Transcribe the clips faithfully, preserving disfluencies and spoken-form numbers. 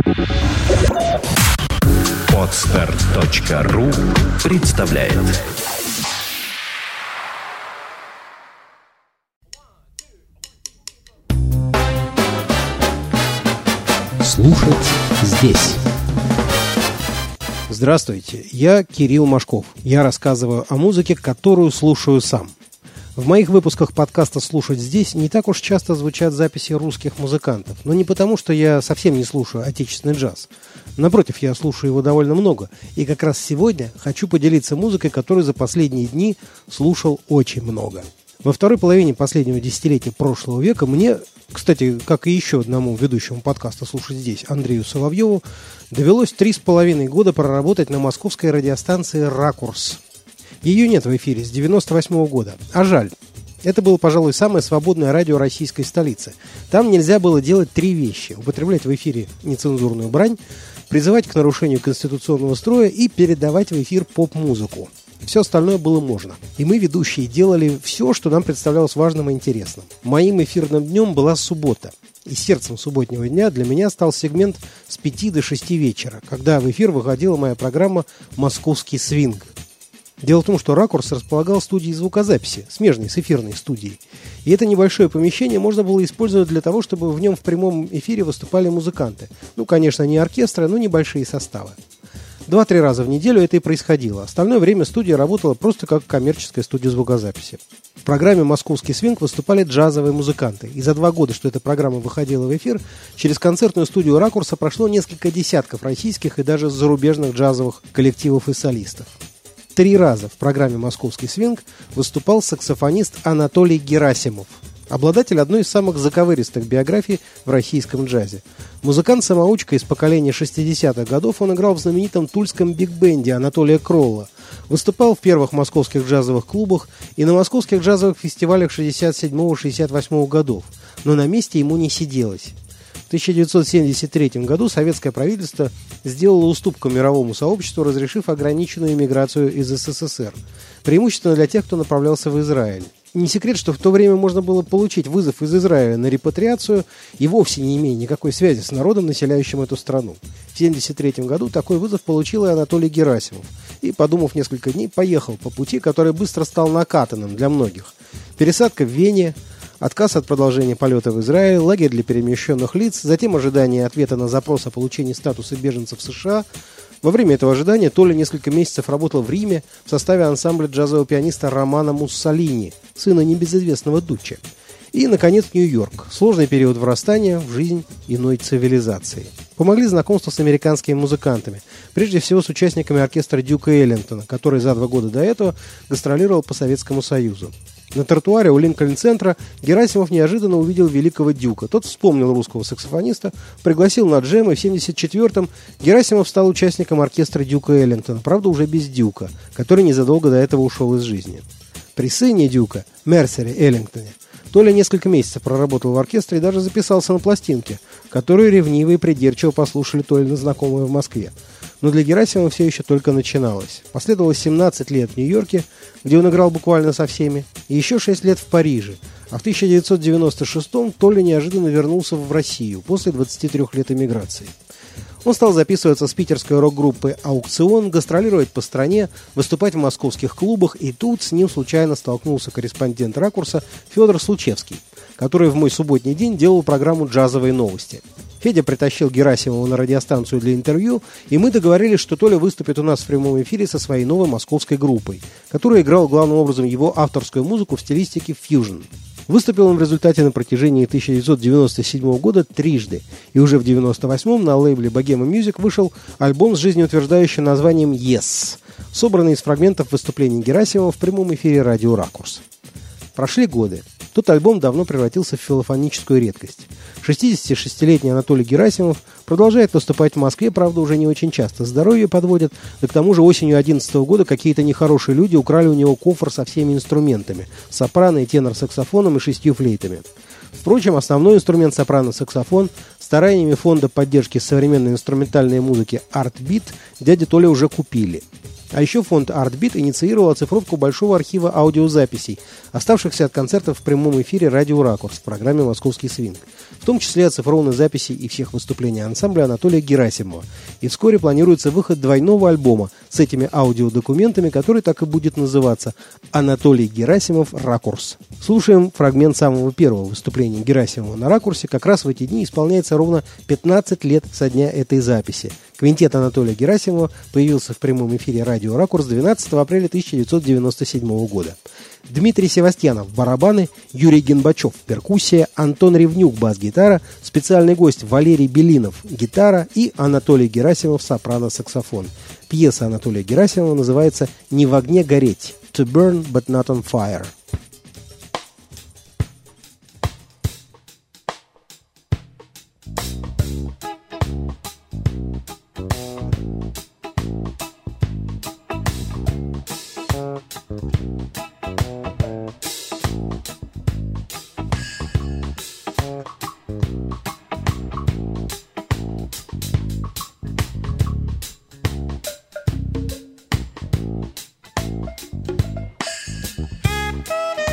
Подстер точка ру представляет. Слушать здесь. Здравствуйте, я Кирилл Машков. Я рассказываю о музыке, которую слушаю сам. В моих выпусках подкаста «Слушать здесь» не так уж часто звучат записи русских музыкантов, но не потому, что я совсем не слушаю отечественный джаз. Напротив, я слушаю его довольно много, и как раз сегодня хочу поделиться музыкой, которую за последние дни слушал очень много. Во второй половине последнего десятилетия прошлого века мне, кстати, как и еще одному ведущему подкаста «Слушать здесь» Андрею Соловьеву, довелось три с половиной года проработать на московской радиостанции «Ракурс». Ее нет в эфире с девяносто восьмого года, а жаль. Это было, пожалуй, самое свободное радио российской столицы. Там нельзя было делать три вещи: употреблять в эфире нецензурную брань, призывать к нарушению конституционного строя и передавать в эфир поп-музыку. Все остальное было можно. И мы, ведущие, делали все, что нам представлялось важным и интересным. Моим эфирным днем была суббота. И сердцем субботнего дня для меня стал сегмент с пяти до шести вечера, когда в эфир выходила моя программа «Московский свинг». Дело в том, что «Ракурс» располагал студией звукозаписи, смежной с эфирной студией. И это небольшое помещение можно было использовать для того, чтобы в нем в прямом эфире выступали музыканты. Ну, конечно, не оркестры, но небольшие составы. Два-три раза в неделю это и происходило. Остальное время студия работала просто как коммерческая студия звукозаписи. В программе «Московский свинг» выступали джазовые музыканты. И за два года, что эта программа выходила в эфир, через концертную студию «Ракурса» прошло несколько десятков российских и даже зарубежных джазовых коллективов и солистов. Три раза в программе «Московский свинг» выступал саксофонист Анатолий Герасимов, обладатель одной из самых заковыристых биографий в российском джазе. Музыкант-самоучка из поколения шестидесятых годов, он играл в знаменитом тульском биг-бенде Анатолия Кролла, выступал в первых московских джазовых клубах и на московских джазовых фестивалях шестьдесят седьмого — шестьдесят восьмого годов, но на месте ему не сиделось. В тысяча девятьсот семьдесят третьем году советское правительство сделало уступку мировому сообществу, разрешив ограниченную иммиграцию из СССР, преимущественно для тех, кто направлялся в Израиль. Не секрет, что в то время можно было получить вызов из Израиля на репатриацию и вовсе не имея никакой связи с народом, населяющим эту страну. В семьдесят третьем году такой вызов получил и Анатолий Герасимов. И, подумав несколько дней, поехал по пути, который быстро стал накатанным для многих. Пересадка в Вене, отказ от продолжения полета в Израиль, лагерь для перемещенных лиц, затем ожидание ответа на запрос о получении статуса беженцев в США. Во время этого ожидания Толя несколько месяцев работал в Риме в составе ансамбля джазового пианиста Романа Муссолини, сына небезызвестного Дуччи. И, наконец, Нью-Йорк. Сложный период врастания в жизнь иной цивилизации. Помогли знакомства с американскими музыкантами, прежде всего с участниками оркестра Дюка Эллингтона, который за два года до этого гастролировал по Советскому Союзу. На тротуаре у Линкольн-центра Герасимов неожиданно увидел великого Дюка. Тот вспомнил русского саксофониста, пригласил на джем, и в семьдесят четвёртом Герасимов стал участником оркестра Дюка Эллингтона, правда уже без Дюка, который незадолго до этого ушел из жизни. При сыне Дюка, Мерсере Эллингтоне, Толя несколько месяцев проработал в оркестре и даже записался на пластинке, которую ревниво и придирчиво послушали Толины знакомые в Москве. Но для Герасимова все еще только начиналось. Последовало семнадцать лет в Нью-Йорке, где он играл буквально со всеми, и еще шесть лет в Париже. А в тысяча девятьсот девяносто шестом Толя неожиданно вернулся в Россию после двадцати трёх лет эмиграции. Он стал записываться с питерской рок-группой «Аукцион», гастролировать по стране, выступать в московских клубах, и тут с ним случайно столкнулся корреспондент «Ракурса» Федор Случевский, который в мой субботний день делал программу «Джазовые новости». Федя притащил Герасимова на радиостанцию для интервью, и мы договорились, что Толя выступит у нас в прямом эфире со своей новой московской группой, которая играла главным образом его авторскую музыку в стилистике фьюжн. Выступил он в результате на протяжении тысяча девятьсот девяносто седьмого года трижды, и уже в девяносто восьмом на лейбле Bohema Music вышел альбом с жизнеутверждающим названием «Yes», собранный из фрагментов выступлений Герасимова в прямом эфире радио «Ракурс». Прошли годы. Тот альбом давно превратился в филофоническую редкость. шестидесятишестилетний Анатолий Герасимов продолжает выступать в Москве, правда, уже не очень часто. Здоровье подводит, да к тому же осенью две тысячи одиннадцатого года какие-то нехорошие люди украли у него кофр со всеми инструментами – сопрано и тенор-саксофоном и шестью флейтами. Впрочем, основной инструмент сопрано-саксофон стараниями фонда поддержки современной инструментальной музыки «Art Beat» дядя Толя уже купили. А еще фонд ArtBeat инициировал оцифровку большого архива аудиозаписей, оставшихся от концертов в прямом эфире «Радио Ракурс» в программе «Московский свинг». В том числе оцифрованы записи и всех выступлений ансамбля Анатолия Герасимова. И вскоре планируется выход двойного альбома с этими аудиодокументами, который так и будет называться «Анатолий Герасимов. Ракурс». Слушаем фрагмент самого первого выступления Герасимова на «Ракурсе». Как раз в эти дни исполняется ровно пятнадцать лет со дня этой записи. Квинтет Анатолия Герасимова появился в прямом эфире «Радио Ракурс» двенадцатого апреля тысяча девятьсот девяносто седьмого года. Дмитрий Севастьянов – барабаны, Юрий Генбачев – перкуссия, Антон Ревнюк – бас-гитара, специальный гость Валерий Белинов – гитара и Анатолий Герасимов – сопрано-саксофон. Пьеса Анатолия Герасимова называется «Не в огне гореть» – «To burn but not on fire». Thank you.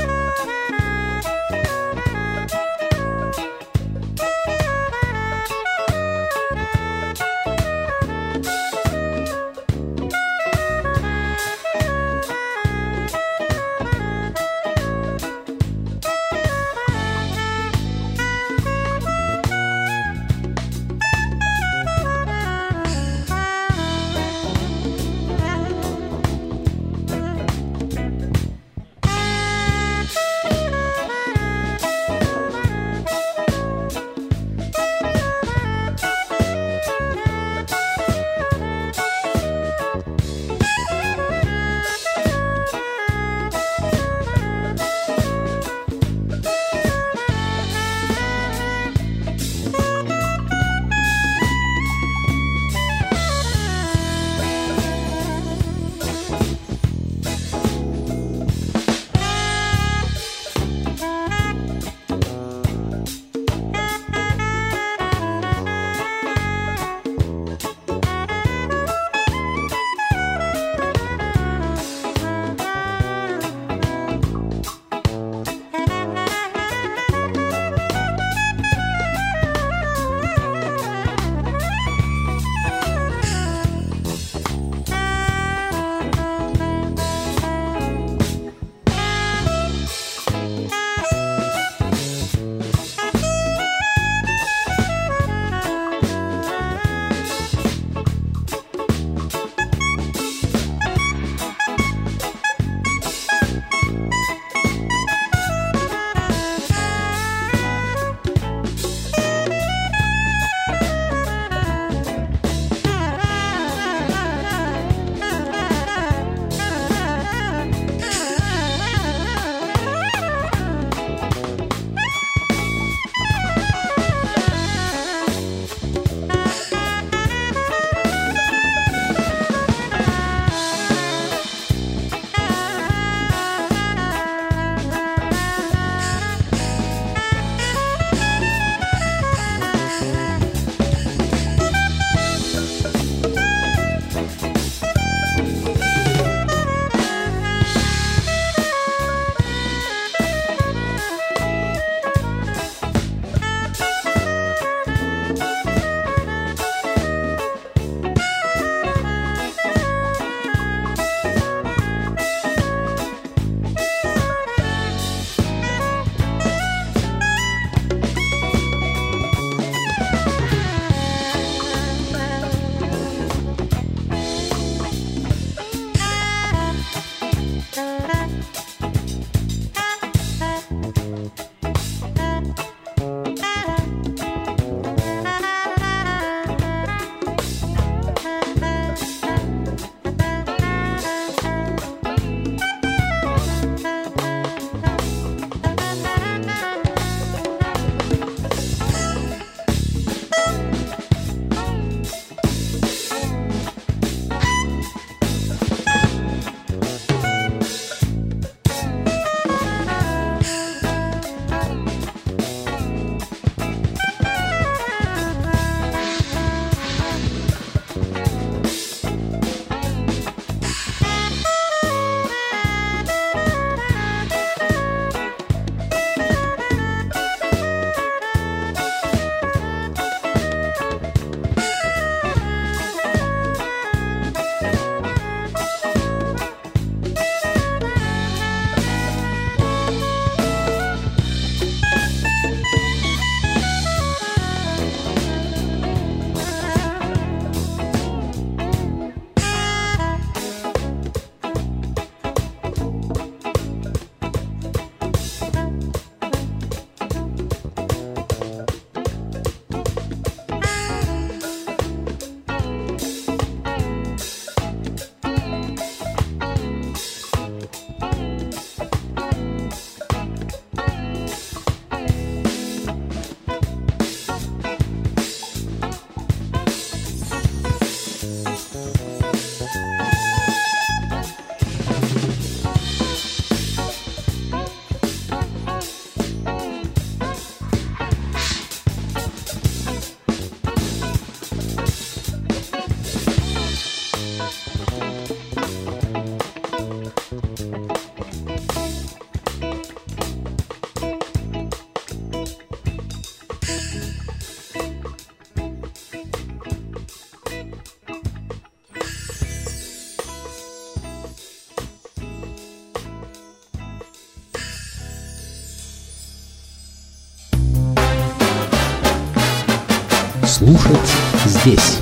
Слушать здесь.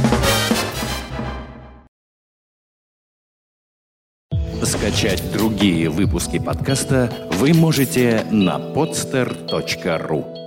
Скачать другие выпуски подкаста вы можете на podster точка ру.